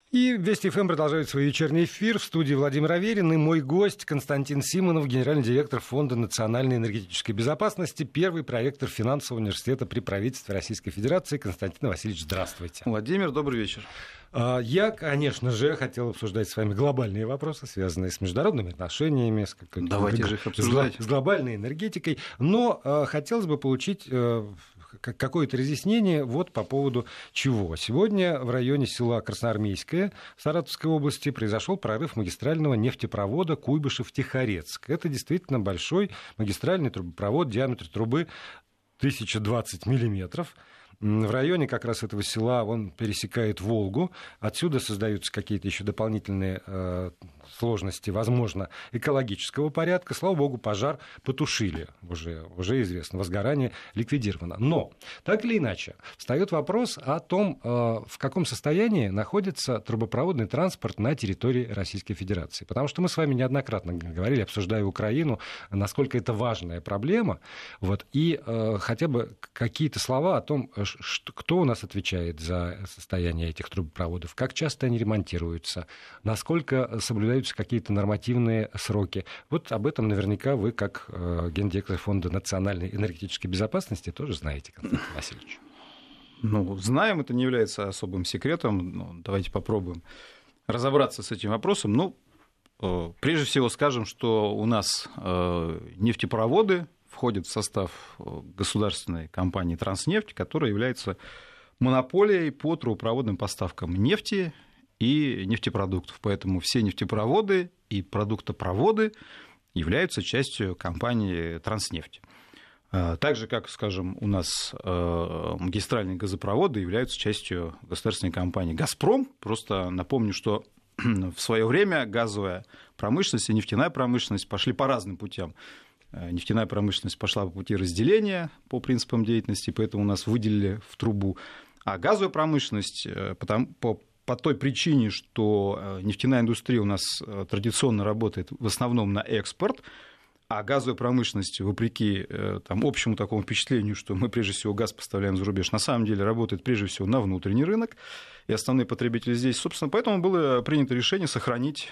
И Вести ФМ продолжает свой вечерний эфир. В студии Владимир Аверин и мой гость Константин Симонов, генеральный директор Фонда национальной энергетической безопасности, первый проректор финансового университета при правительстве Российской Федерации. Константин Васильевич, здравствуйте. Владимир, добрый вечер. Я, конечно же, хотел обсуждать с вами глобальные вопросы, связанные с международными отношениями, Давайте же их обсуждать. С глобальной энергетикой. Но хотелось бы получить какое-то разъяснение вот по поводу чего. Сегодня в районе села Красноармейское Саратовской области произошел прорыв магистрального нефтепровода Куйбышев-Тихорецк. Это действительно большой магистральный трубопровод, диаметр трубы 1020 миллиметров. В районе как раз этого села он пересекает Волгу. Отсюда создаются какие-то еще дополнительные сложности, возможно, экологического порядка. Слава богу, пожар потушили. Уже известно, возгорание ликвидировано. Но, так или иначе, встает вопрос о том, в каком состоянии находится трубопроводный транспорт на территории Российской Федерации. Потому что мы с вами неоднократно говорили, обсуждая Украину, насколько это важная проблема. Вот, и хотя бы какие-то слова о том, кто у нас отвечает за состояние этих трубопроводов, как часто они ремонтируются, насколько соблюдаются какие-то нормативные сроки. Вот об этом наверняка вы, как гендиректор Фонда национальной энергетической безопасности, тоже знаете, Константин Васильевич. Знаем, это не является особым секретом. Давайте попробуем разобраться с этим вопросом. Прежде всего скажем, что у нас нефтепроводы входят в состав государственной компании «Транснефть», которая является монополией по трубопроводным поставкам нефти и нефтепродуктов. Поэтому все нефтепроводы и продуктопроводы являются частью компании «Транснефть». Так же, как, скажем, у нас магистральные газопроводы являются частью государственной компании «Газпром». Просто напомню, что в свое время газовая промышленность и нефтяная промышленность пошли по разным путям. Нефтяная промышленность пошла по пути разделения по принципам деятельности, поэтому нас выделили в трубу. А газовая промышленность по той причине, что нефтяная индустрия у нас традиционно работает в основном на экспорт, а газовая промышленность, вопреки общему такому впечатлению, что мы прежде всего газ поставляем за рубеж, на самом деле работает прежде всего на внутренний рынок, и основные потребители здесь, собственно, поэтому было принято решение сохранить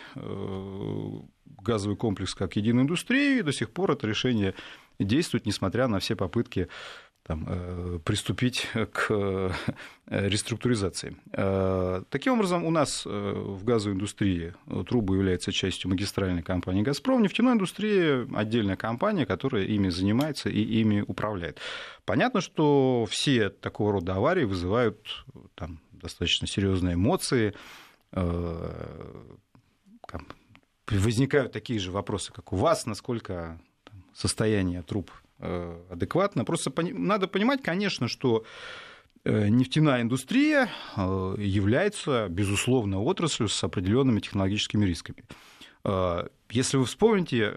газовый комплекс как единую индустрию, и до сих пор это решение действует, несмотря на все попытки приступить к реструктуризации. Таким образом, у нас в газовой индустрии трубы являются частью магистральной компании «Газпром», в нефтяной индустрии отдельная компания, которая ими занимается и ими управляет. Понятно, что все такого рода аварии вызывают достаточно серьезные эмоции, возникают такие же вопросы, как у вас, насколько состояние труб адекватно. Просто надо понимать, конечно, что нефтяная индустрия является, безусловно, отраслью с определенными технологическими рисками. Если вы вспомните,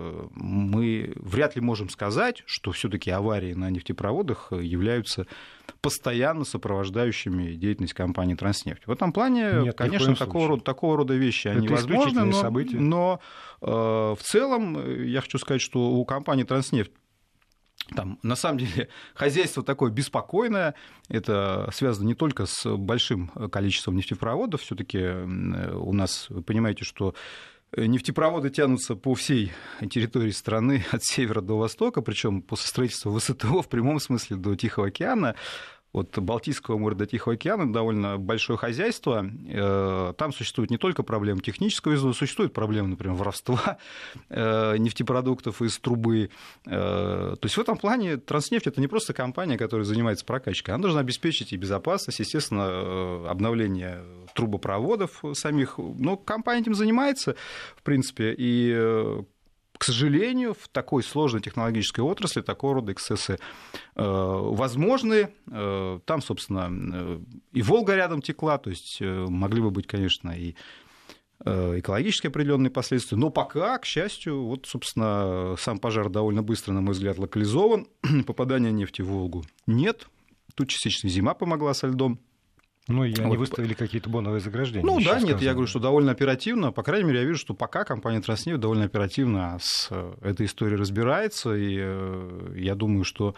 мы вряд ли можем сказать, что все-таки аварии на нефтепроводах являются постоянно сопровождающими деятельность компании «Транснефть». В этом плане, нет, конечно, такого рода вещи они возможны, но в целом я хочу сказать, что у компании «Транснефть» на самом деле хозяйство такое беспокойное, это связано не только с большим количеством нефтепроводов, все-таки у нас, вы понимаете, что нефтепроводы тянутся по всей территории страны от севера до востока, причем после строительства ВСТО в прямом смысле до Тихого океана. От Балтийского моря до Тихого океана довольно большое хозяйство. Там существует не только проблема технического износа, существует проблема, например, воровства нефтепродуктов из трубы. То есть в этом плане «Транснефть» — это не просто компания, которая занимается прокачкой. Она должна обеспечить и безопасность, естественно, обновление трубопроводов самих. Но компания этим занимается, в принципе, и к сожалению, в такой сложной технологической отрасли такого рода эксцессы возможны. Там, собственно, и Волга рядом текла, то есть могли бы быть, конечно, и экологические определенные последствия. Но пока, к счастью, вот, собственно, сам пожар довольно быстро, на мой взгляд, локализован. Попадания нефти в Волгу нет. Тут частично зима помогла со льдом. Ну, и они выставили какие-то боновые заграждения. Ну да, нет, я говорю, что довольно оперативно. По крайней мере, я вижу, что пока компания «Транснефть» довольно оперативно с этой историей разбирается. И я думаю, что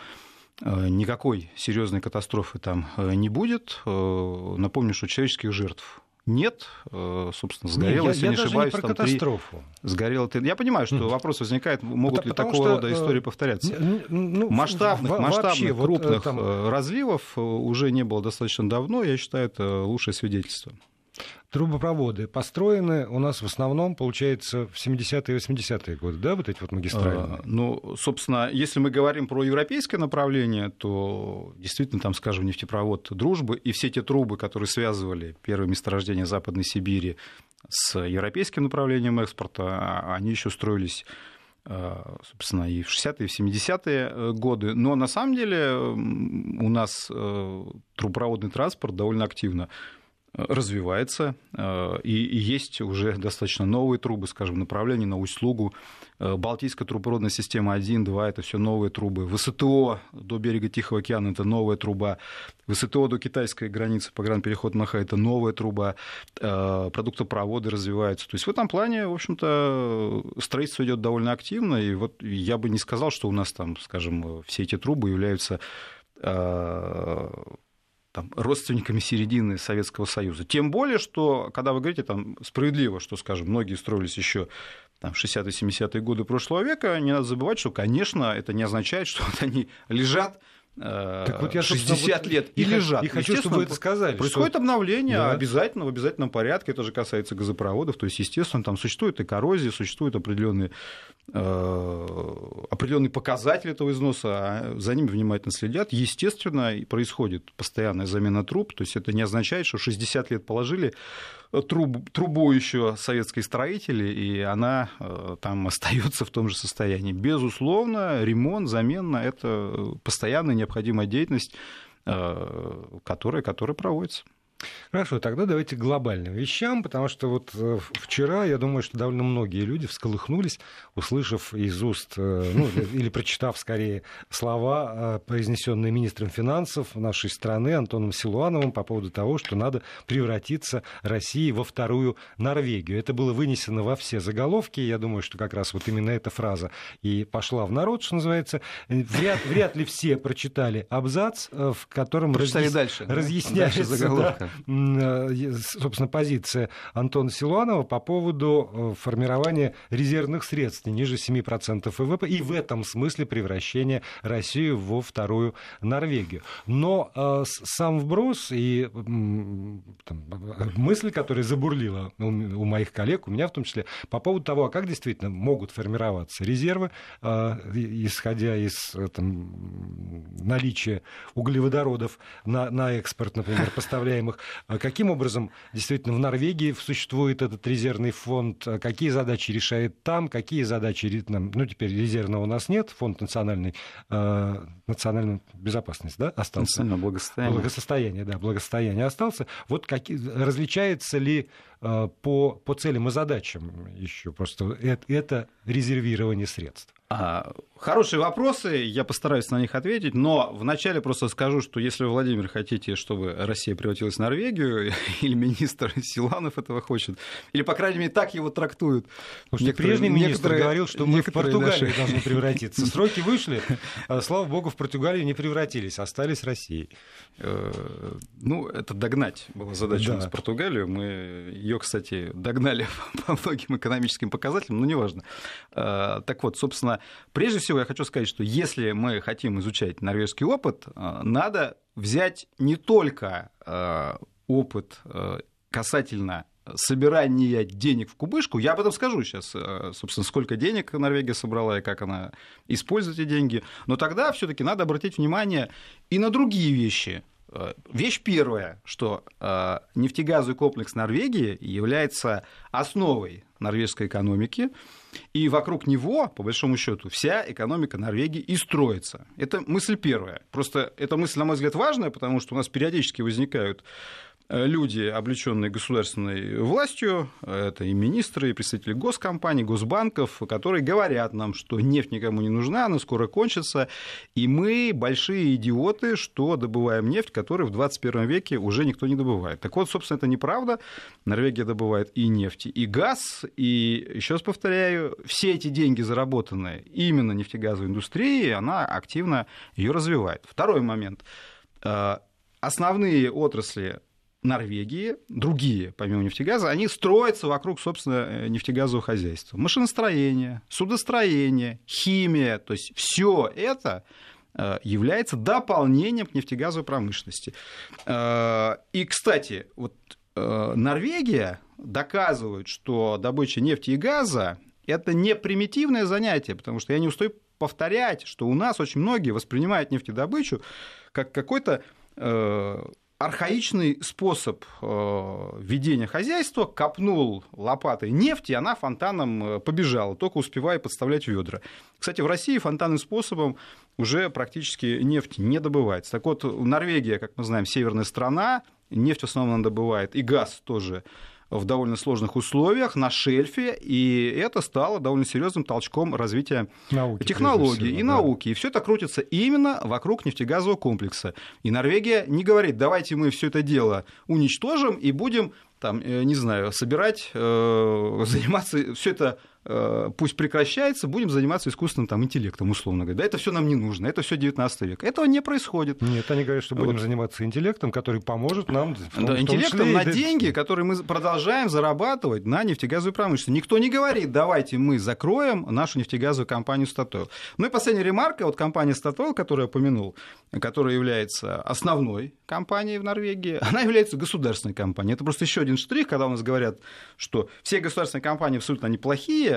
никакой серьезной катастрофы там не будет. Напомню, что человеческих жертв нет. Собственно, сгорело, если не ошибаюсь, там 3... Сгорело. Я понимаю, что вопрос возникает, могут ли такого рода истории повторяться. Масштабных, крупных разливов уже не было достаточно давно. Я считаю, это лучшее свидетельство. Трубопроводы построены у нас в основном, получается, в 70-е и 80-е годы, да, вот эти вот магистральные? Ну, собственно, если мы говорим про европейское направление, то действительно там, скажем, нефтепровод «Дружбы» и все те трубы, которые связывали первые месторождения Западной Сибири с европейским направлением экспорта, они еще строились, собственно, и в 60-е, и в 70-е годы. Но на самом деле у нас трубопроводный транспорт довольно активно развивается, и есть уже достаточно новые трубы, скажем, направления на Усть-Лугу. Балтийская трубопроводная система 1, 2 — это все новые трубы. ВСТО до берега Тихого океана — это новая труба. ВСТО до китайской границы, погранпереход Маха — это новая труба. Продуктопроводы развиваются. То есть в этом плане, в общем-то, строительство идет довольно активно. И вот я бы не сказал, что у нас там, скажем, все эти трубы являются родственниками середины Советского Союза. Тем более, что, когда вы говорите, там, справедливо, что, скажем, многие строились еще в 60-70-е годы прошлого века, не надо забывать, что, конечно, это не означает, что вот они лежат так вот я, 60 лет и лежат. И хочу, чтобы вы это сказали. Происходит обновление, да, обязательно, в обязательном порядке. Это же касается газопроводов. То есть, естественно, там существует и коррозия, существуют определенные показатели этого износа, а за ними внимательно следят. Естественно, происходит постоянная замена труб. То есть это не означает, что 60 лет положили трубу еще советские строители, и она там остается в том же состоянии. Безусловно, ремонт, замена — это постоянная необходимая деятельность, которая проводится. Хорошо, тогда давайте к глобальным вещам, потому что вот вчера, я думаю, что довольно многие люди всколыхнулись, услышав из уст, или прочитав, скорее, слова, произнесенные министром финансов нашей страны Антоном Силуановым по поводу того, что надо превратиться России во вторую Норвегию. Это было вынесено во все заголовки. Я думаю, что как раз вот именно эта фраза и пошла в народ, что называется. Вряд ли все прочитали абзац, в котором разъясняется, собственно, позиция Антона Силуанова по поводу формирования резервных средств не ниже 7% ВВП и в этом смысле превращения России во вторую Норвегию. Но сам вброс и мысль, которая забурлила у моих коллег, у меня в том числе, по поводу того, как действительно могут формироваться резервы, исходя из наличия углеводородов на экспорт, например, поставляемых. Каким образом действительно в Норвегии существует этот резервный фонд, какие задачи решает там, какие задачи, теперь резервного у нас нет, фонд национальной безопасности, да, остался? Благосостояние остался. Вот различается ли по целям и задачам еще просто это резервирование средств? Хорошие вопросы, я постараюсь на них ответить, но вначале просто скажу, что если вы, Владимир, хотите, чтобы Россия превратилась в Норвегию, или министр Силуанов этого хочет, или, по крайней мере, так его трактуют. Потому что прежний министр говорил, что мы в Португалию должны превратиться. Сроки вышли, слава богу, в Португалию не превратились, остались Россией. Это догнать была задача у нас в Португалию. Мы ее, кстати, догнали по многим экономическим показателям, но неважно. Так вот, собственно, прежде всего я хочу сказать, что если мы хотим изучать норвежский опыт, надо взять не только опыт касательно собирания денег в кубышку, я об этом скажу сейчас, собственно, сколько денег Норвегия собрала и как она использует эти деньги, но тогда все-таки надо обратить внимание и на другие вещи. Вещь первая, что нефтегазовый комплекс Норвегии является основой норвежской экономики, и вокруг него, по большому счету, вся экономика Норвегии и строится. Это мысль первая. Просто эта мысль, на мой взгляд, важная, потому что у нас периодически возникают люди, облеченные государственной властью, это и министры, и представители госкомпаний, госбанков, которые говорят нам, что нефть никому не нужна, она скоро кончится, и мы большие идиоты, что добываем нефть, которую в 21 веке уже никто не добывает. Так вот, собственно, это неправда. Норвегия добывает и нефть, и газ, и, еще раз повторяю, все эти деньги, заработанные именно нефтегазовой индустрией, она активно ее развивает. Второй момент. Основные отрасли Норвегии, другие, помимо нефтегаза, они строятся вокруг, собственно, нефтегазового хозяйства. Машиностроение, судостроение, химия, то есть все это является дополнением к нефтегазовой промышленности. И, кстати, вот Норвегия доказывает, что добыча нефти и газа – это не примитивное занятие, потому что я не устаю повторять, что у нас очень многие воспринимают нефтедобычу как какой-то архаичный способ ведения хозяйства. Копнул лопатой нефти, и она фонтаном побежала, только успевая подставлять ведра. Кстати, в России фонтанным способом уже практически нефть не добывается. Так вот, Норвегия, как мы знаем, северная страна, нефть в основном она добывает, и газ тоже в довольно сложных условиях, на шельфе, и это стало довольно серьезным толчком развития технологий и науки. И все это крутится именно вокруг нефтегазового комплекса. И Норвегия не говорит, давайте мы все это дело уничтожим и будем, там, не знаю, собирать, заниматься, все это пусть прекращается, будем заниматься искусственным там, интеллектом, условно говоря. Да, это все нам не нужно, это все 19 век. Этого не происходит. Нет, они говорят, что будем заниматься интеллектом, который поможет нам... Да, интеллектом на деньги, которые мы продолжаем зарабатывать на нефтегазовой промышленности. Никто не говорит, давайте мы закроем нашу нефтегазовую компанию Statoil. Ну и последняя ремарка, вот компания Statoil, которую я упомянул, которая является основной компанией в Норвегии, она является государственной компанией. Это просто еще один штрих, когда у нас говорят, что все государственные компании абсолютно неплохие,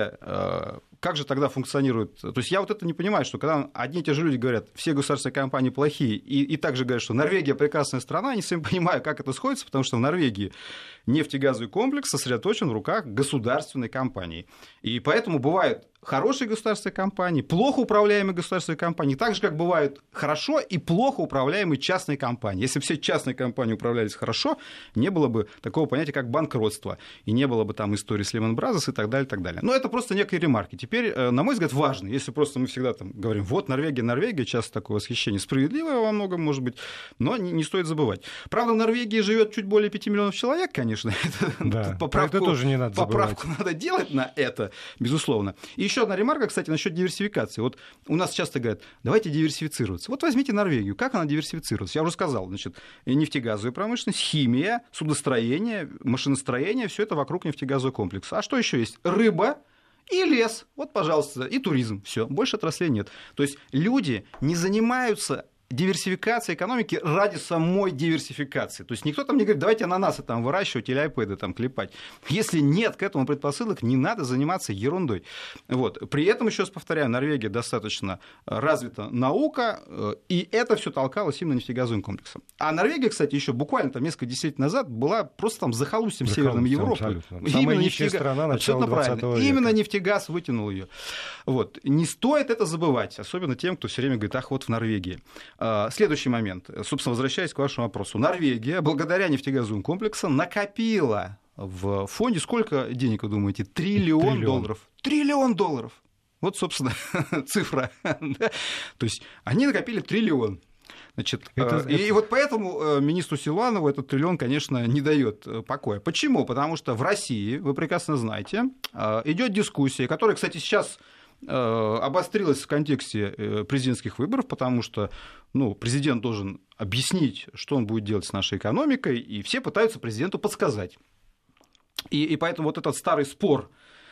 как же тогда функционирует? То есть я вот это не понимаю, что когда одни и те же люди говорят, все государственные компании плохие, и также говорят, что Норвегия прекрасная страна, я не совсем понимаю, как это сходится, потому что в Норвегии нефтегазовый комплекс сосредоточен в руках государственной компании. И поэтому бывают хорошие государственные компании, плохо управляемые государственные компании, так же, как бывают хорошо и плохо управляемые частные компании. Если бы все частные компании управлялись хорошо, не было бы такого понятия, как банкротство, и не было бы там истории с Lehman Brothers и так далее, и так далее. Но это просто некие ремарки. Теперь, на мой взгляд, важно, если просто мы всегда там говорим, вот Норвегия, часто такое восхищение справедливое во многом, может быть, но не стоит забывать. Правда, в Норвегии живет чуть более 5 миллионов человек, конечно, да, это тоже не надо забывать. Поправку надо делать на это, безусловно. И еще одна ремарка, кстати, насчет диверсификации. Вот у нас часто говорят, давайте диверсифицироваться. Вот возьмите Норвегию, как она диверсифицируется? Я уже сказал, значит, нефтегазовая промышленность, химия, судостроение, машиностроение, все это вокруг нефтегазового комплекса. А что еще есть? Рыба и лес. Вот, пожалуйста, и туризм. Все, больше отраслей нет. То есть люди не занимаются диверсификация экономики ради самой диверсификации. То есть никто там не говорит, давайте ананасы там выращивать или айпэды там клепать. Если нет к этому предпосылок, не надо заниматься ерундой. Вот. При этом, еще раз повторяю, Норвегия достаточно развита наука, и это все толкалось именно нефтегазовым комплексом. А Норвегия, кстати, еще буквально там несколько десятилетий назад была просто там захолустьем Северной Европы. Самая нищая страна начала 20 века. Именно нефтегаз вытянул ее. Вот. Не стоит это забывать, особенно тем, кто все время говорит, ах, вот в Норвегии. Следующий момент, собственно, возвращаясь к вашему вопросу. Норвегия, благодаря нефтегазовым комплексам, накопила в фонде сколько денег, вы думаете? $1 триллион. $1 триллион. Вот, собственно, цифра. То есть они накопили $1 триллион. Значит, и вот поэтому министру Силуанову этот триллион, конечно, не дает покоя. Почему? Потому что в России, вы прекрасно знаете, идет дискуссия, которая, кстати, сейчас обострилась в контексте президентских выборов, потому что президент должен объяснить, что он будет делать с нашей экономикой, и все пытаются президенту подсказать. И поэтому вот этот старый спор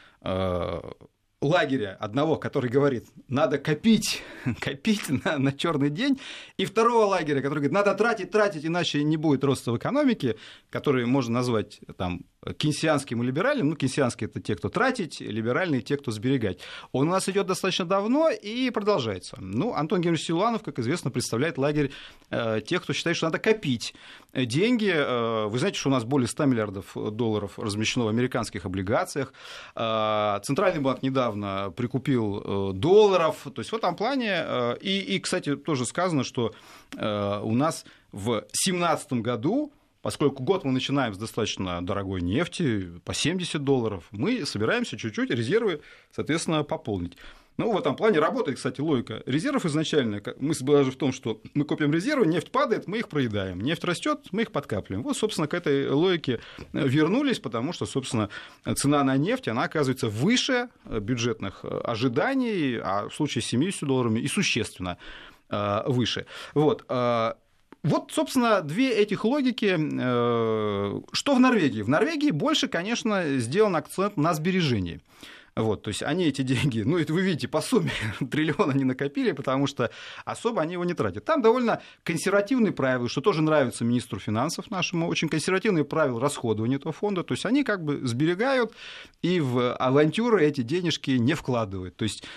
лагеря одного, который говорит, надо копить на черный день, и второго лагеря, который говорит, надо тратить, иначе не будет роста в экономике, который можно назвать там кейнсианским и либеральным. Кейнсианские — это те, кто тратить, либеральные — те, кто сберегать. Он у нас идет достаточно давно и продолжается. Антон Германович Силуанов, как известно, представляет лагерь тех, кто считает, что надо копить деньги. Вы знаете, что у нас более $100 миллиардов размещено в американских облигациях. Центральный банк недавно прикупил долларов. То есть в этом плане... И, кстати, тоже сказано, что у нас в 2017 году, поскольку год мы начинаем с достаточно дорогой нефти, по $70, мы собираемся чуть-чуть резервы, соответственно, пополнить. В этом плане работает, кстати, логика резервов изначально. Мысль была же в том, что мы копим резервы, нефть падает, мы их проедаем. Нефть растет, мы их подкапливаем. Вот, собственно, к этой логике вернулись, потому что, собственно, цена на нефть, она оказывается выше бюджетных ожиданий, а в случае с $70 и существенно выше. Вот. Вот, собственно, две этих логики. Что в Норвегии? В Норвегии больше, конечно, сделан акцент на сбережении. Вот, то есть они эти деньги, ну, это вы видите, по сумме триллиона не накопили, потому что особо они его не тратят. Там довольно консервативные правила, что тоже нравится министру финансов нашему, очень консервативные правила расходования этого фонда. То есть они как бы сберегают и в авантюры эти денежки не вкладывают. То есть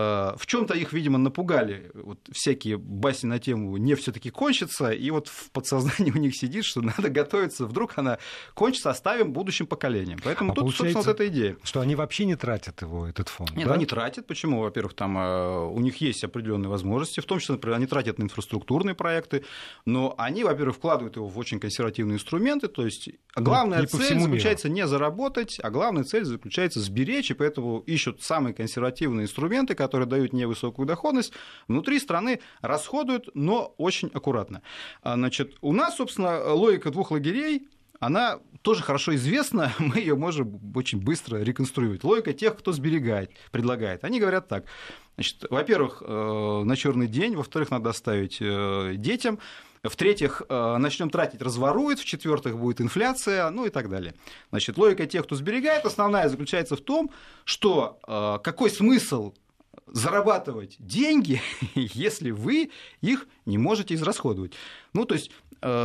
в чем-то их, видимо, напугали вот всякие басни на тему «нефть все-таки кончится», и вот в подсознании у них сидит, что надо готовиться, вдруг она кончится, оставим будущим поколениям. Поэтому тут, собственно, вот эта идея. Что они вообще не тратят его, этот фонд? Нет, да? Они тратят. Почему? Во-первых, там у них есть определенные возможности, в том числе, например, они тратят на инфраструктурные проекты, но они, во-первых, вкладывают его в очень консервативные инструменты, то есть главная цель заключается не заработать, а главная цель заключается сберечь, и поэтому ищут самые консервативные инструменты, которые дают невысокую доходность, внутри страны расходуют, но очень аккуратно. Значит, у нас, собственно, логика двух лагерей, она тоже хорошо известна, мы ее можем очень быстро реконструировать. Логика тех, кто сберегает, предлагает. Они говорят так. Значит, во-первых, на черный день, во-вторых, надо оставить детям, в-третьих, начнем тратить, разворует, в-четвертых, будет инфляция, ну и так далее. Значит, логика тех, кто сберегает, основная заключается в том, что какой смысл зарабатывать деньги, если вы их не можете израсходовать. Ну, то есть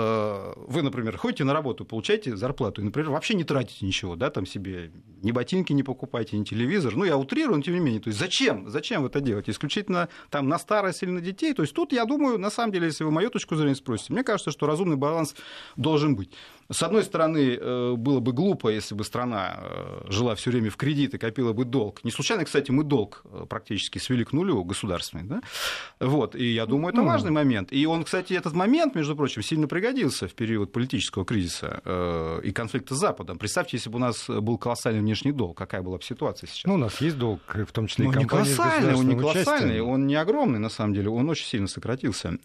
вы, например, ходите на работу, получаете зарплату, и, например, вообще не тратите ничего, да, там себе ни ботинки не покупаете, ни телевизор. Ну, я утрирую, но тем не менее. То есть зачем вы это делаете? Исключительно там на старость или на детей? То есть тут, я думаю, на самом деле, если вы мою точку зрения спросите, мне кажется, что разумный баланс должен быть. С одной стороны, было бы глупо, если бы страна жила все время в кредит и копила бы долг. Не случайно, кстати, мы долг практически свели к нулю государственный. Да? Вот. И я думаю, это важный момент. И он, кстати, этот момент, между прочим, сильно пригодился в период политического кризиса и конфликта с Западом. Представьте, если бы у нас был колоссальный внешний долг, какая была бы ситуация сейчас? Ну, у нас есть долг, в том числе и компании с государственным он не колоссальный, он не огромный, на самом деле, он очень сильно сократился.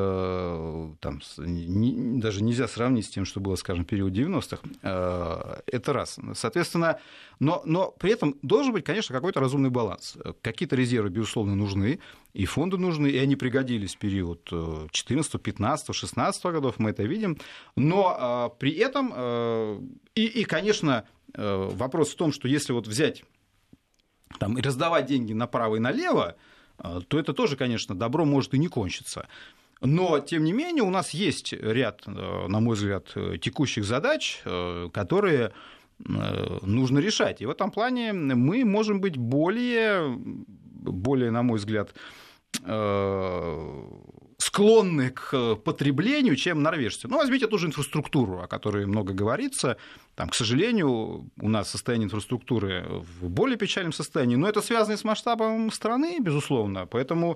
Там, даже нельзя сравнить с тем, что было, скажем, в период 90-х. Это раз. Соответственно, но при этом должен быть, конечно, какой-то разумный баланс. Какие-то резервы, безусловно, нужны, и фонды нужны, и они пригодились в период 14, 15, 16 годов, мы это видим. Но при этом, и, конечно, вопрос в том, что если вот взять там, и раздавать деньги направо и налево, то это тоже, конечно, добро может и не кончиться. Но, тем не менее, у нас есть ряд, на мой взгляд, текущих задач, которые нужно решать. И в этом плане мы можем быть более, на мой взгляд, склонны к потреблению, чем норвежцы. Ну, возьмите ту же инфраструктуру, о которой много говорится. Там, к сожалению, у нас состояние инфраструктуры в более печальном состоянии, но это связано с масштабом страны, безусловно. Поэтому,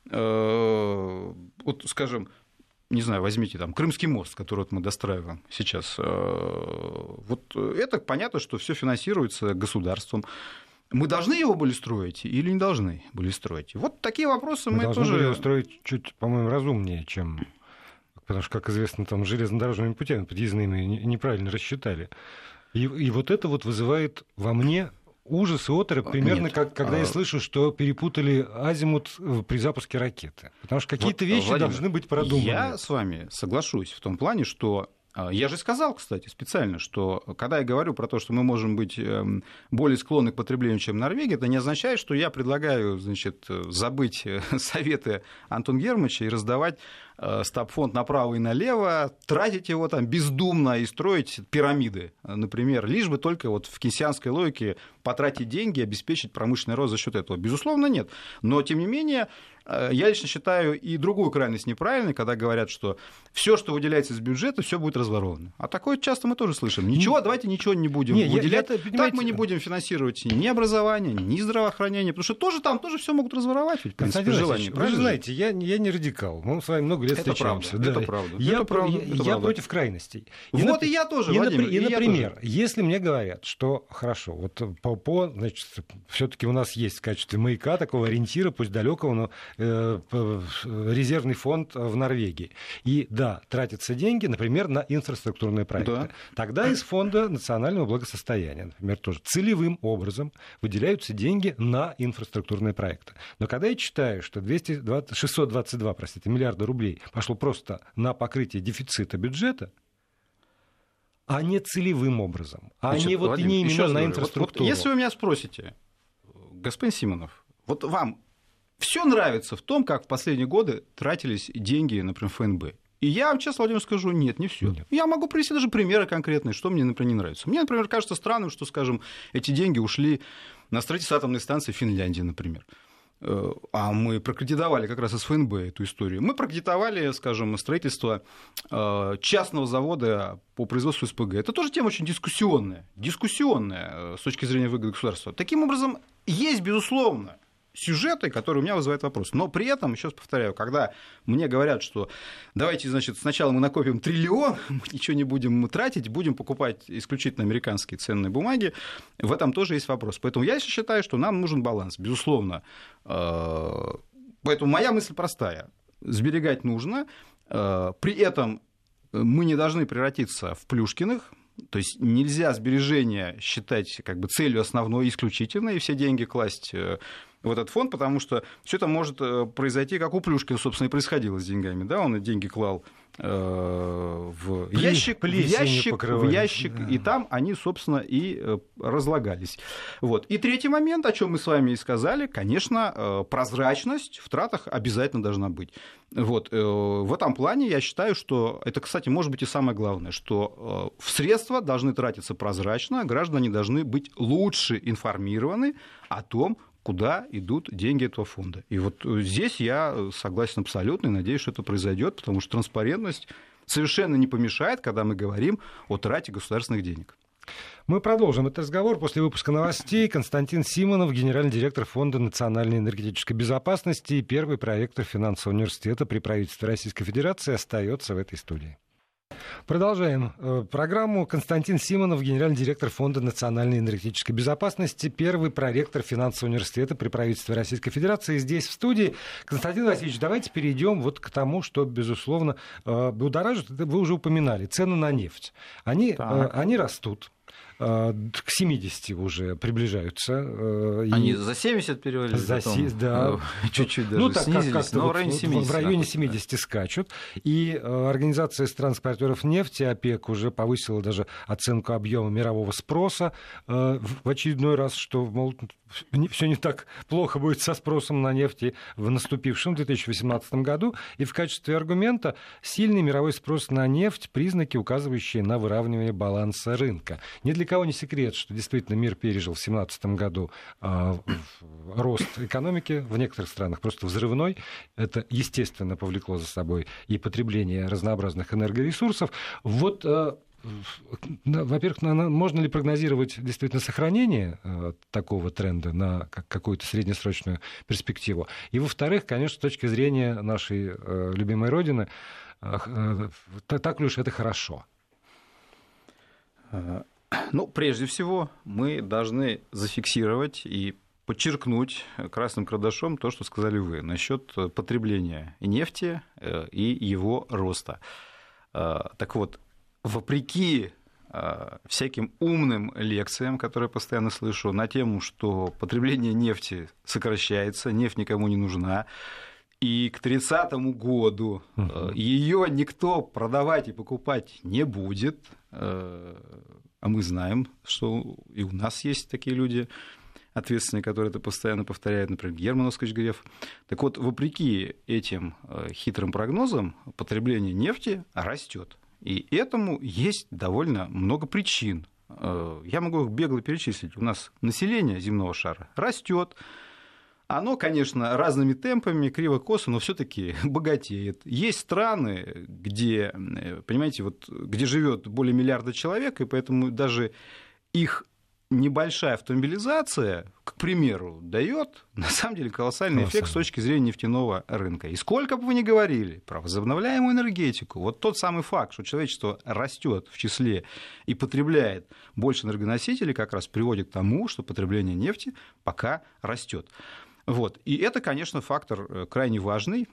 вот, скажем, не знаю, возьмите там Крымский мост, который вот мы достраиваем сейчас. Вот это понятно, что все финансируется государством. Мы должны его были строить или не должны были строить? Вот такие вопросы мы должны тоже... были его строить чуть, по-моему, разумнее, чем... Потому что, как известно, там железнодорожными путями подъездными неправильно рассчитали. И вот это вот вызывает во мне ужас и оторопь, примерно как когда я слышу, что перепутали азимут при запуске ракеты. Потому что какие-то вещи Владимир, должны быть продуманы. Я с вами соглашусь в том плане, что... Я же сказал, кстати, специально, что когда я говорю про то, что мы можем быть более склонны к потреблению, чем Норвегия, это не означает, что я предлагаю, значит, забыть советы Антона Германовича и раздавать стабфонд направо и налево, тратить его там бездумно и строить пирамиды, например, лишь бы только вот в кейнсианской логике потратить деньги и обеспечить промышленный рост за счет этого. Безусловно, нет. Но, тем не менее, я лично считаю и другую крайность неправильной, когда говорят, что все, что выделяется из бюджета, все будет разворовано. А такое часто мы тоже слышим. Ничего, давайте ничего не будем выделять. Так мы не будем финансировать ни образование, ни здравоохранение, потому что тоже там тоже все могут разворовать. Ведь, в принципе, желание. Вы же знаете, я не радикал. Мы с вами много лет встречаемся. Это правда. Я против крайностей. Вот и я тоже, Владимир. И, например, если мне говорят, что хорошо, вот значит, все-таки у нас есть в качестве маяка такого ориентира, пусть далекого, но резервный фонд в Норвегии. И да, тратятся деньги, например, на инфраструктурные проекты. Да. Тогда из фонда национального благосостояния, например, тоже целевым образом выделяются деньги на инфраструктурные проекты. Но когда я читаю, что 622 миллиарда рублей рублей пошло просто на покрытие дефицита бюджета, а не целевым образом, не именно на инфраструктуру. Вот если вы меня спросите, господин Симонов, вот вам все нравится в том, как в последние годы тратились деньги, например, ФНБ? И я вам честно, Владимир, скажу, нет, не все. Я могу привести даже примеры конкретные, что мне, например, не нравится. Мне, например, кажется странным, что, скажем, эти деньги ушли на строительство атомной станции в Финляндии, например. А мы прокредитовали как раз из ФНБ эту историю. Мы прокредитовали, скажем, строительство частного завода по производству СПГ. Это тоже тема очень дискуссионная с точки зрения выгоды государства. Таким образом, есть, безусловно, сюжеты, которые у меня вызывают вопрос. Но при этом, еще раз повторяю, когда мне говорят, что давайте, значит, сначала мы накопим 1 триллион, мы ничего не будем тратить, будем покупать исключительно американские ценные бумаги, в этом тоже есть вопрос. Поэтому я считаю, что нам нужен баланс, безусловно. Поэтому моя мысль простая. Сберегать нужно, при этом мы не должны превратиться в Плюшкиных. То есть нельзя сбережения считать как бы целью основной, исключительной, и все деньги класть в этот фонд, потому что все это может произойти, как у Плюшкина, собственно, и происходило с деньгами. Да? Он деньги клал в ящик, да. И там они, собственно, и разлагались. Вот. И третий момент, о чем мы с вами и сказали, конечно, прозрачность в тратах обязательно должна быть. Вот. В этом плане я считаю, что это, кстати, может быть и самое главное, что средства должны тратиться прозрачно, граждане должны быть лучше информированы о том, куда идут деньги этого фонда. И вот здесь я согласен абсолютно и надеюсь, что это произойдет, потому что транспарентность совершенно не помешает, когда мы говорим о трате государственных денег. Мы продолжим этот разговор после выпуска новостей. Константин Симонов, генеральный директор Фонда национальной энергетической безопасности и первый проректор финансового университета при правительстве Российской Федерации, остается в этой студии. Продолжаем программу. Константин Симонов, генеральный директор Фонда национальной энергетической безопасности, первый проректор финансового университета при правительстве Российской Федерации. Здесь в студии. Константин Васильевич, давайте перейдем вот к тому, что, безусловно, будоражит. Вы уже упоминали. Цены на нефть. Они растут. К 70 уже приближаются. Они за 70 перевалили, да. Чуть-чуть даже снизились, но в районе 70. В районе 70 скачут. И Организация стран-экспортеров нефти, ОПЕК, уже повысила даже оценку объема мирового спроса в очередной раз, что, мол, все не так плохо будет со спросом на нефть в наступившем 2018 году. И в качестве аргумента сильный мировой спрос на нефть, признаки, указывающие на выравнивание баланса рынка. Ни для кого не секрет, что действительно мир пережил в 2017 году рост экономики, в некоторых странах просто взрывной. Это, естественно, повлекло за собой и потребление разнообразных энергоресурсов. Вот, во-первых, можно ли прогнозировать действительно сохранение такого тренда на какую-то среднесрочную перспективу? И, во-вторых, конечно, с точки зрения нашей любимой Родины, так ли уж это хорошо? Ну, прежде всего, мы должны зафиксировать и подчеркнуть красным карандашом то, что сказали вы насчет потребления нефти и его роста. Так вот, вопреки всяким умным лекциям, которые я постоянно слышу, на тему, что потребление нефти сокращается, нефть никому не нужна, и к 30 году ее никто продавать и покупать не будет. А мы знаем, что и у нас есть такие люди ответственные, которые это постоянно повторяют, например, Герман Оскарович Греф. Так вот, вопреки этим хитрым прогнозам, потребление нефти растет. И этому есть довольно много причин. Я могу их бегло перечислить. У нас население земного шара растет. Оно, конечно, разными темпами, криво-косо, но все-таки богатеет. Есть страны, где, понимаете, вот, где живет более миллиарда человек, и поэтому даже их небольшая автомобилизация, к примеру, дает на самом деле колоссальный эффект с точки зрения нефтяного рынка. И сколько бы вы ни говорили про возобновляемую энергетику, вот тот самый факт, что человечество растет в числе и потребляет больше энергоносителей, как раз приводит к тому, что потребление нефти пока растет. Вот. И это, конечно, фактор крайне важный,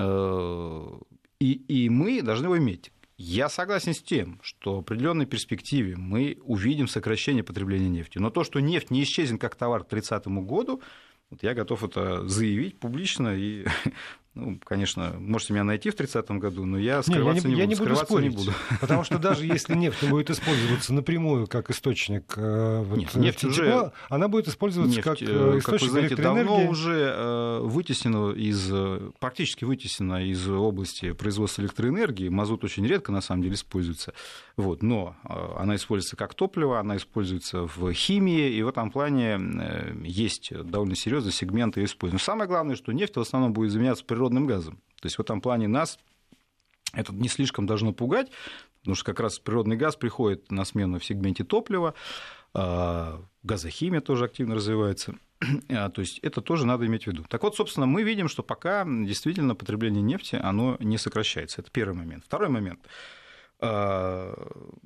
и мы должны его иметь. Я согласен с тем, что в определенной перспективе мы увидим сокращение потребления нефти. Но то, что нефть не исчезнет как товар к 30 году, вот я готов это заявить публично и Ну, конечно, можете меня найти в 30-м году, но я скрываться не буду. Потому что даже если нефть не будет использоваться напрямую как источник нефть уже, она будет использоваться как источник, как вы знаете, давно уже практически вытеснена из области производства электроэнергии. Мазут очень редко, на самом деле, используется. Вот, но она используется как топливо, она используется в химии, и в этом плане есть довольно серьезный сегмент ее использования. Но самое главное, что нефть в основном будет заменяться природным газом. То есть в этом плане нас это не слишком должно пугать, потому что как раз природный газ приходит на смену в сегменте топлива, газохимия тоже активно развивается. То есть это тоже надо иметь в виду. Так вот, собственно, мы видим, что пока действительно потребление нефти, оно не сокращается. Это первый момент. Второй момент. На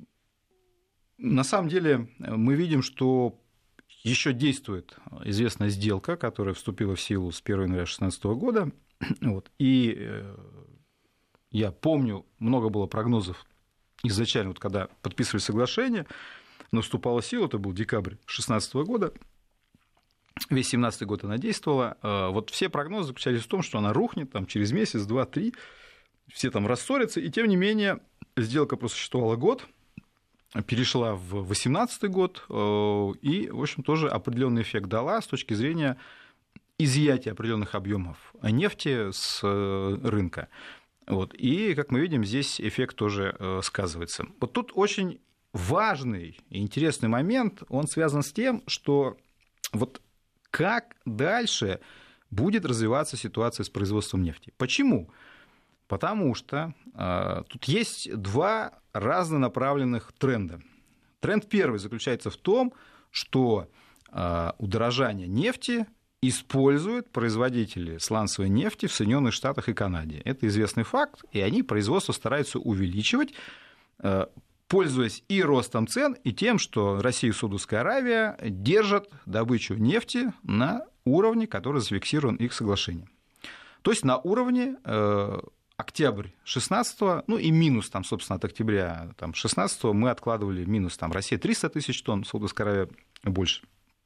самом деле мы видим, что еще действует известная сделка, которая вступила в силу с 1 января 2016 года. Вот. И я помню, много было прогнозов изначально, вот, когда подписывали соглашение, но вступала в силу, это был декабрь 2016 года, весь 2017 год она действовала. Вот все прогнозы заключались в том, что она рухнет там, через месяц, два, три, все там рассорятся, и тем не менее сделка просуществовала год, перешла в 2018 год, и, в общем, тоже определенный эффект дала с точки зрения изъятия определенных объемов нефти с рынка. Вот. И, как мы видим, здесь эффект тоже сказывается. Вот тут очень важный и интересный момент, он связан с тем, что вот как дальше будет развиваться ситуация с производством нефти. Почему? Потому что тут есть два разнонаправленных тренда. Тренд первый заключается в том, что удорожание нефти используют производители сланцевой нефти в Соединенных Штатах и Канаде. Это известный факт, и они производство стараются увеличивать, пользуясь и ростом цен, и тем, что Россия и Саудовская Аравия держат добычу нефти на уровне, который зафиксирован их соглашением. То есть на уровне октябрь 16-го, ну и минус, там, собственно, от октября 16-го мы откладывали минус, там, Россия 300 тысяч тонн, Саудовская Аравия больше.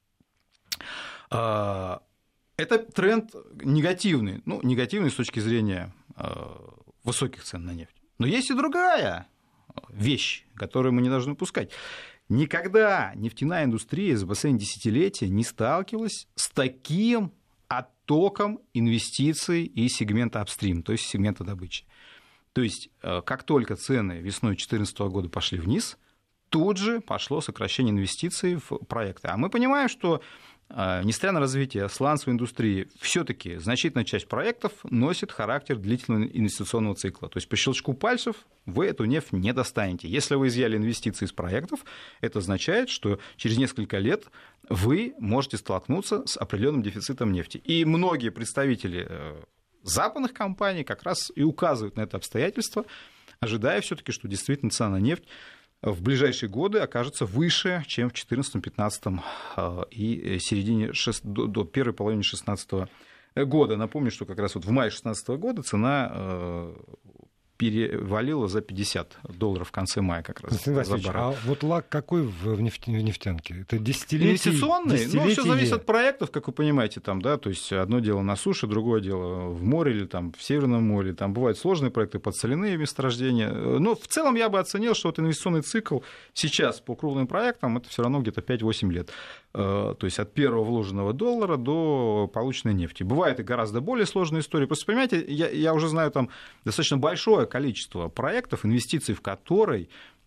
Это тренд негативный, ну, негативный с точки зрения высоких цен на нефть. Но есть и другая вещь, которую мы не должны упускать. Никогда нефтяная индустрия за последние десятилетия не сталкивалась с таким оттоком инвестиций из сегмента апстрим, то есть сегмента добычи. То есть, как только цены весной 2014 года пошли вниз, тут же пошло сокращение инвестиций в проекты. А мы понимаем, что, несмотря на развитие сланцевой индустрии, все-таки значительная часть проектов носит характер длительного инвестиционного цикла. То есть по щелчку пальцев вы эту нефть не достанете. Если вы изъяли инвестиции из проектов, это означает, что через несколько лет вы можете столкнуться с определенным дефицитом нефти. И многие представители западных компаний как раз и указывают на это обстоятельство, ожидая все-таки, что действительно цена на нефть в ближайшие годы окажется выше, чем в 2014-2015 и середине до первой половины 2016 года. Напомню, что как раз вот в мае 2016 года цена перевалила за $50 в конце мая как раз. А вот лаг какой в нефтянке? Это десятилетие? Инвестиционный? Ну, все зависит от проектов, как вы понимаете. Там, да, то есть одно дело на суше, другое дело в море или там, в Северном море. Там бывают сложные проекты, подсоляные месторождения. Но в целом я бы оценил, что вот инвестиционный цикл сейчас по крупным проектам это все равно где-то 5-8 лет. То есть от первого вложенного доллара до полученной нефти. Бывает и гораздо более сложные истории. Просто, понимаете, я уже знаю там достаточно большое количество проектов, инвестиций в которые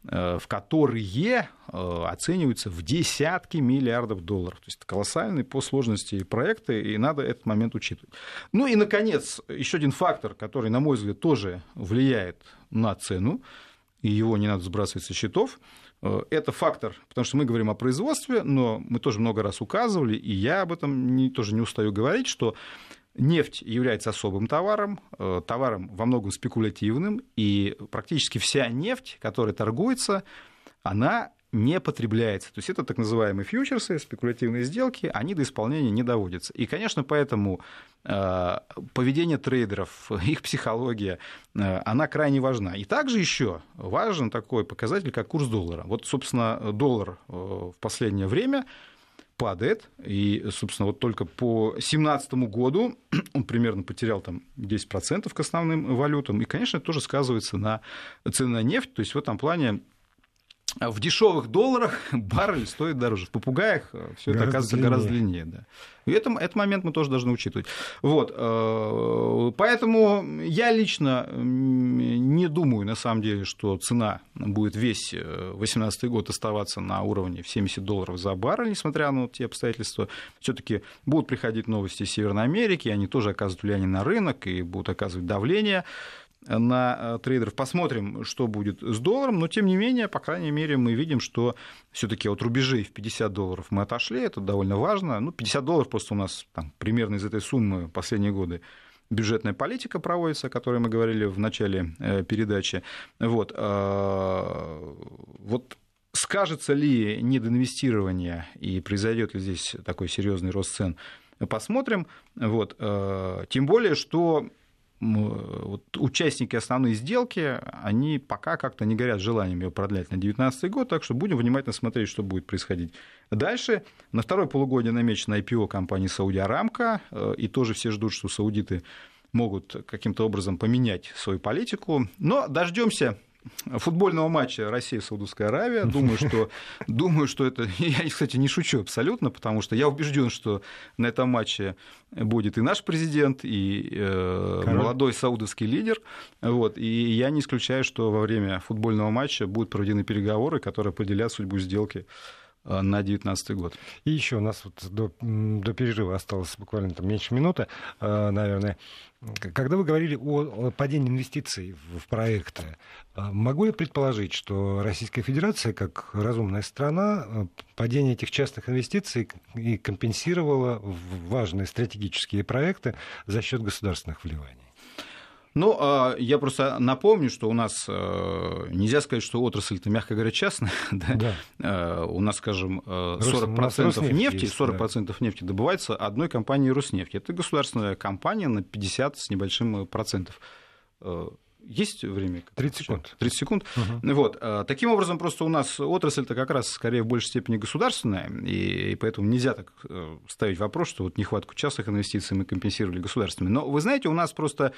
оцениваются в десятки миллиардов долларов. То есть это колоссальные по сложности проекты, и надо этот момент учитывать. Ну и, наконец, еще один фактор, который, на мой взгляд, тоже влияет на цену, и его не надо сбрасывать со счетов. Это фактор, потому что мы говорим о производстве, но мы тоже много раз указывали, и я об этом тоже не устаю говорить, что нефть является особым товаром, товаром во многом спекулятивным, и практически вся нефть, которая торгуется, она не потребляется. То есть это так называемые фьючерсы, спекулятивные сделки, они до исполнения не доводятся. И, конечно, поэтому поведение трейдеров, их психология, она крайне важна. И также еще важен такой показатель, как курс доллара. Вот, собственно, доллар в последнее время падает. И, собственно, вот только по 2017 году он примерно потерял там 10% к основным валютам. И, конечно, это тоже сказывается на цены на нефть. То есть в этом плане в дешевых долларах баррель стоит дороже. В попугаях все это оказывается гораздо длиннее. Да. И этот момент мы тоже должны учитывать. Вот. Поэтому я лично не думаю, на самом деле, что цена будет весь 2018 год оставаться на уровне в $70 за баррель, несмотря на те обстоятельства. Все-таки будут приходить новости из Северной Америки, они тоже оказывают влияние на рынок и будут оказывать давление на трейдеров. Посмотрим, что будет с долларом, но тем не менее, по крайней мере, мы видим, что все-таки от рубежей в $50 мы отошли, это довольно важно. Ну, $50 просто у нас там, примерно из этой суммы последние годы бюджетная политика проводится, о которой мы говорили в начале передачи. Вот. Вот скажется ли недоинвестирование и произойдет ли здесь такой серьезный рост цен, посмотрим. Вот. Тем более, что вот участники основной сделки, они пока как-то не горят желанием ее продлять на 2019 год, так что будем внимательно смотреть, что будет происходить дальше. На второе полугодие намечено IPO компании Saudi Aramco, и тоже все ждут, что саудиты могут каким-то образом поменять свою политику. Но дождемся футбольного матча Россия-Саудовская Аравия. Думаю, что это... Я, кстати, не шучу абсолютно, потому что я убежден, что на этом матче будет и наш президент, и молодой саудовский лидер. Вот. И я не исключаю, что во время футбольного матча будут проведены переговоры, которые определят судьбу сделки на 2019 год. И еще у нас вот до перерыва осталось буквально там меньше минуты, наверное. Когда вы говорили о падении инвестиций в проекты, могу я предположить, что Российская Федерация, как разумная страна, падение этих частных инвестиций и компенсировала важные стратегические проекты за счет государственных вливаний? Ну, я просто напомню, что у нас нельзя сказать, что отрасль-то, мягко говоря, частная. Да? Да. У нас, скажем, 40% нефти, есть, 40% нефти добывается одной компанией Роснефть. Это государственная компания на 50 с небольшим процентов. Есть время? 30 секунд. 30 секунд. Угу. Вот. Таким образом, просто у нас отрасль-то как раз скорее в большей степени государственная, и поэтому нельзя так ставить вопрос, что вот нехватку частных инвестиций мы компенсировали государственными. Но вы знаете, у нас просто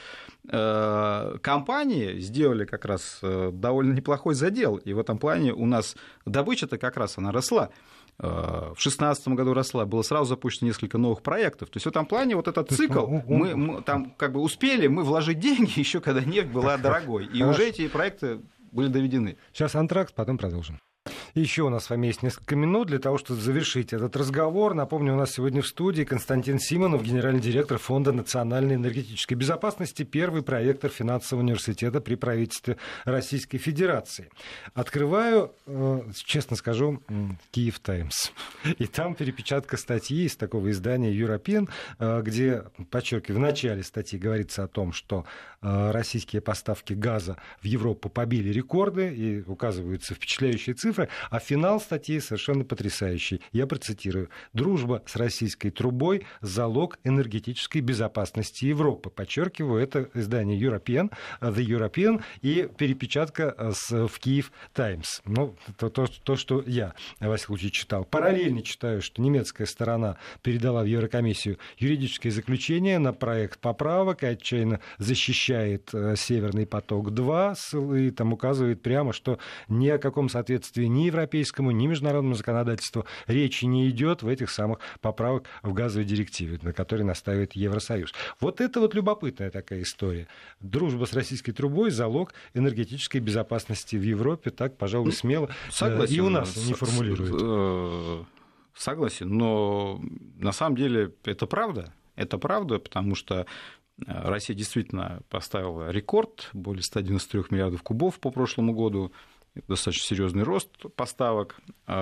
компании сделали как раз довольно неплохой задел, и в этом плане у нас добыча-то как раз она росла. В 2016 году росла, было сразу запущено несколько новых проектов. То есть в этом плане вот этот цикл, мы там как бы успели мы вложить деньги еще когда нефть была дорогой, и уже эти проекты были доведены. Сейчас антракт, потом продолжим. Еще у нас с вами есть несколько минут для того, чтобы завершить этот разговор. Напомню, у нас сегодня в студии Константин Симонов, генеральный директор Фонда национальной энергетической безопасности, первый проректор финансового университета при правительстве Российской Федерации. Открываю, честно скажу, Киев Таймс. И там перепечатка статьи из такого издания European, где, подчеркиваю, в начале статьи говорится о том, что российские поставки газа в Европу побили рекорды, и указываются впечатляющие цифры. А финал статьи совершенно потрясающий. Я процитирую. «Дружба с российской трубой – залог энергетической безопасности Европы». Подчеркиваю, это издание European, The European, и перепечатка в Киев Таймс. Ну, то, что я, во всяком случае, читал. Параллельно читаю, что немецкая сторона передала в Еврокомиссию юридическое заключение на проект поправок и отчаянно защищает «Северный поток-2», и там указывает прямо, что ни о каком соответствии ни европейскому, ни международному законодательству речи не идет в этих самых поправок в газовой директиве, на которой настаивает Евросоюз. Вот это вот любопытная такая история. Дружба с российской трубой – залог энергетической безопасности в Европе. Так, пожалуй, смело. Согласен, и у нас не формулируют. Согласен, но на самом деле это правда. Это правда, потому что Россия действительно поставила рекорд, более 193 миллиардов кубов по прошлому году. Достаточно серьезный рост поставок.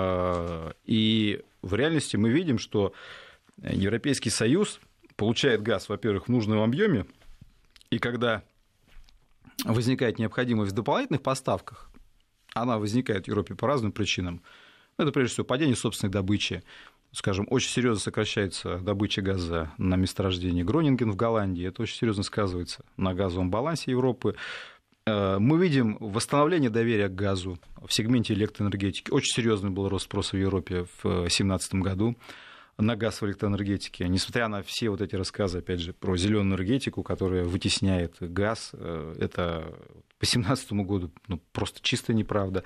И в реальности мы видим, что Европейский Союз получает газ, во-первых, в нужном объеме, и когда возникает необходимость в дополнительных поставках, она возникает в Европе по разным причинам. Это, прежде всего, падение собственной добычи. Скажем, очень серьезно сокращается добыча газа на месторождении Гронинген в Голландии. Это очень серьезно сказывается на газовом балансе Европы. Мы видим восстановление доверия к газу в сегменте электроэнергетики. Очень серьезный был рост спроса в Европе в 2017 году. на газ в электроэнергетике, несмотря на все вот эти рассказы, опять же, про зеленую энергетику, которая вытесняет газ, это по 2017 году просто чистая неправда.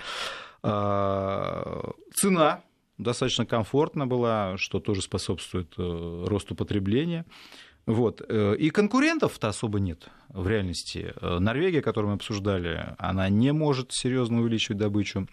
Цена достаточно комфортна была, что тоже способствует росту потребления. Вот. И конкурентов-то особо нет в реальности. Норвегия, которую мы обсуждали, она не может серьезно увеличивать добычу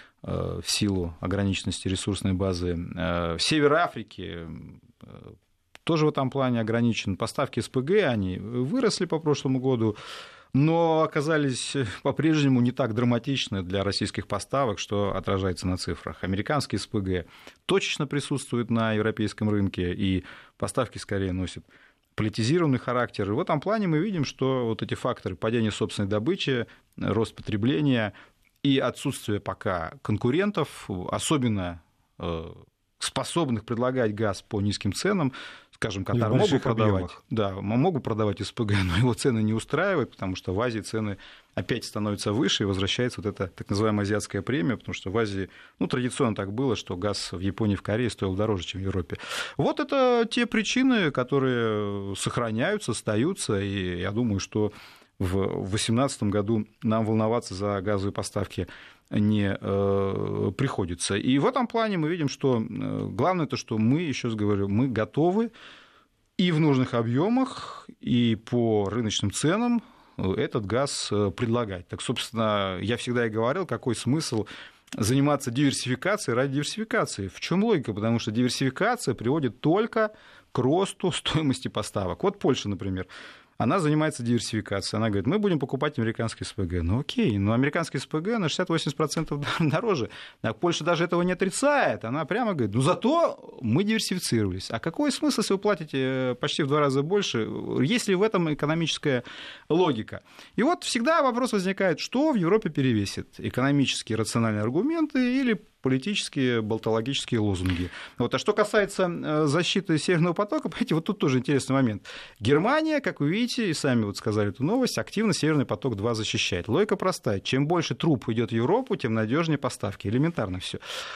в силу ограниченности ресурсной базы. В Северной Африке тоже в этом плане ограничен. Поставки СПГ, они выросли по прошлому году, но оказались по-прежнему не так драматичны для российских поставок, что отражается на цифрах. Американские СПГ точечно присутствуют на европейском рынке, и поставки скорее носят политизированный характер. И в этом плане мы видим, что вот эти факторы падения собственной добычи, рост потребления и отсутствие пока конкурентов, особенно способных предлагать газ по низким ценам, скажем, Катар могут продавать, могут продавать СПГ, но его цены не устраивают, потому что в Азии цены опять становятся выше, и возвращается вот эта так называемая азиатская премия, потому что в Азии, традиционно так было, что газ в Японии, в Корее стоил дороже, чем в Европе. Вот это те причины, которые сохраняются, остаются, и я думаю, что в 2018 году нам волноваться за газовые поставки не приходится. И в этом плане мы видим, что главное то, что мы, еще раз говорю, мы готовы и в нужных объемах, и по рыночным ценам этот газ предлагать. Так, собственно, я всегда и говорил, какой смысл заниматься диверсификацией ради диверсификации. В чем логика? Потому что диверсификация приводит только к росту стоимости поставок. Вот Польша, например. Она занимается диверсификацией. Она говорит, мы будем покупать американские СПГ. Окей, но американские СПГ на 60-80% дороже. А Польша даже этого не отрицает. Она прямо говорит, зато мы диверсифицировались. А какой смысл, если вы платите почти в 2 раза больше, есть ли в этом экономическая логика? И вот всегда вопрос возникает, что в Европе перевесит? Экономические рациональные аргументы или политические болтологические лозунги. Вот. А что касается защиты Северного потока, понимаете, вот тут тоже интересный момент. Германия, как вы видите, и сами вот сказали эту новость, активно Северный поток-2 защищает. Логика простая. Чем больше труб идет в Европу, тем надежнее поставки. Элементарно все.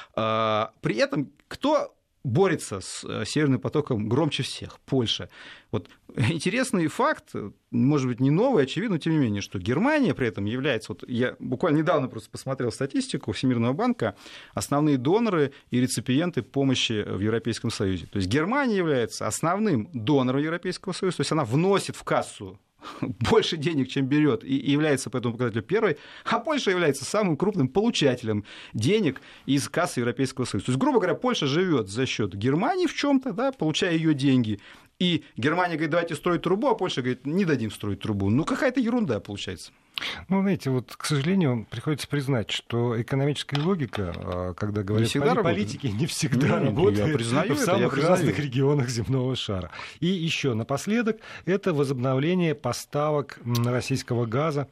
При этом кто борется с Северным потоком громче всех? Польша. Вот интересный факт, может быть, не новый, очевидно, но тем не менее, что Германия при этом является, вот я буквально недавно просто посмотрел статистику Всемирного банка, основные доноры и реципиенты помощи в Европейском Союзе. То есть Германия является основным донором Европейского Союза, то есть она вносит в кассу больше денег, чем берет, и является по этому показателю первой, а Польша является самым крупным получателем денег из кассы Европейского Союза. То есть, грубо говоря, Польша живет за счет Германии в чем-то, да, получая ее деньги. И Германия говорит, давайте строить трубу, а Польша говорит, не дадим строить трубу. Какая-то ерунда получается. Знаете, вот, к сожалению, приходится признать, что экономическая логика, когда говорят политики, не всегда работает в самых разных регионах земного шара. И еще напоследок, это возобновление поставок российского газа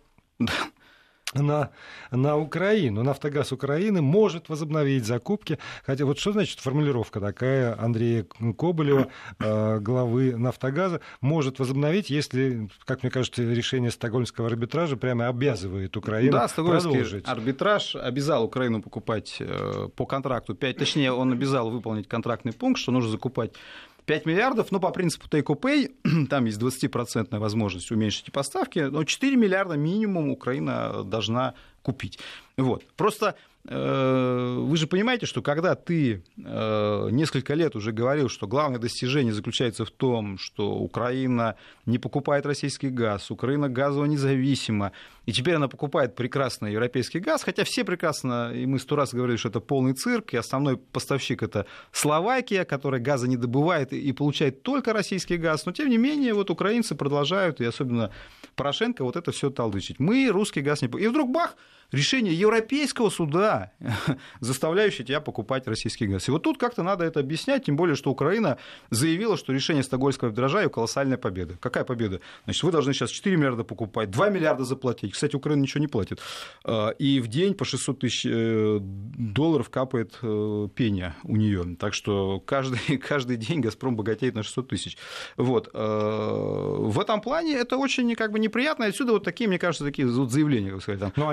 на Украину. «Нафтогаз Украины» может возобновить закупки. Хотя вот что значит формулировка такая Андрея Коболева, главы «Нафтогаза», может возобновить, если, как мне кажется, решение стокгольмского арбитража прямо обязывает Украину продолжить. Да, стокгольмский арбитраж обязал Украину покупать по контракту, точнее, он обязал выполнить контрактный пункт, что нужно закупать 5 миллиардов, но по принципу take-or-pay, там есть 20% возможность уменьшить поставки, но 4 миллиарда минимум Украина должна купить. Вот. Просто вы же понимаете, что когда ты несколько лет уже говорил, что главное достижение заключается в том, что Украина не покупает российский газ, Украина газово независима, и теперь она покупает прекрасный европейский газ, хотя все прекрасно, и мы 100 раз говорили, что это полный цирк, и основной поставщик это Словакия, которая газа не добывает и получает только российский газ, но тем не менее вот украинцы продолжают, и особенно Порошенко, вот это все толдычить. Мы русский газ не покупаем. И вдруг бах, решение Европейского суда, заставляющее тебя покупать российский газ. И вот тут как-то надо это объяснять, тем более, что Украина заявила, что решение стокгольмского арбитража ее колоссальная победа. Какая победа? Значит, вы должны сейчас 4 миллиарда покупать, 2 миллиарда заплатить. Кстати, Украина ничего не платит. И в день по 600 тысяч долларов капает пеня у нее. Так что каждый день «Газпром» богатеет на 600 тысяч. Вот. В этом плане это очень неприятно. И отсюда вот такие, мне кажется, такие заявления, как сказать, там, может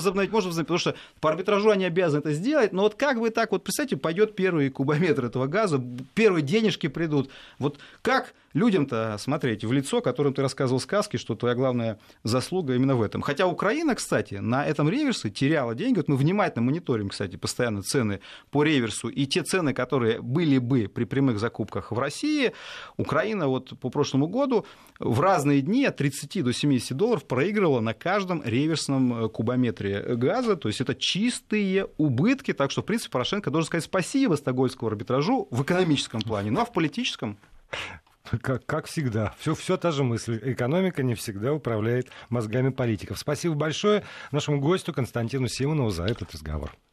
возобновить, потому что по арбитражу они обязаны это сделать, но вот как бы так, вот представьте, пойдет первый кубометр этого газа, первые денежки придут. Вот как людям-то смотреть в лицо, которым ты рассказывал сказки, что твоя главная заслуга именно в этом. Хотя Украина, кстати, на этом реверсе теряла деньги. Вот мы внимательно мониторим, кстати, постоянно цены по реверсу. И те цены, которые были бы при прямых закупках в России, Украина вот по прошлому году в разные дни от 30 до 70 долларов проигрывала на каждом реверсном кубометре газа. То есть это чистые убытки. Так что, в принципе, Порошенко должен сказать спасибо стокгольмскому арбитражу в экономическом плане. Ну а в политическом... Как всегда. Все та же мысль. Экономика не всегда управляет мозгами политиков. Спасибо большое нашему гостю Константину Симонову за этот разговор.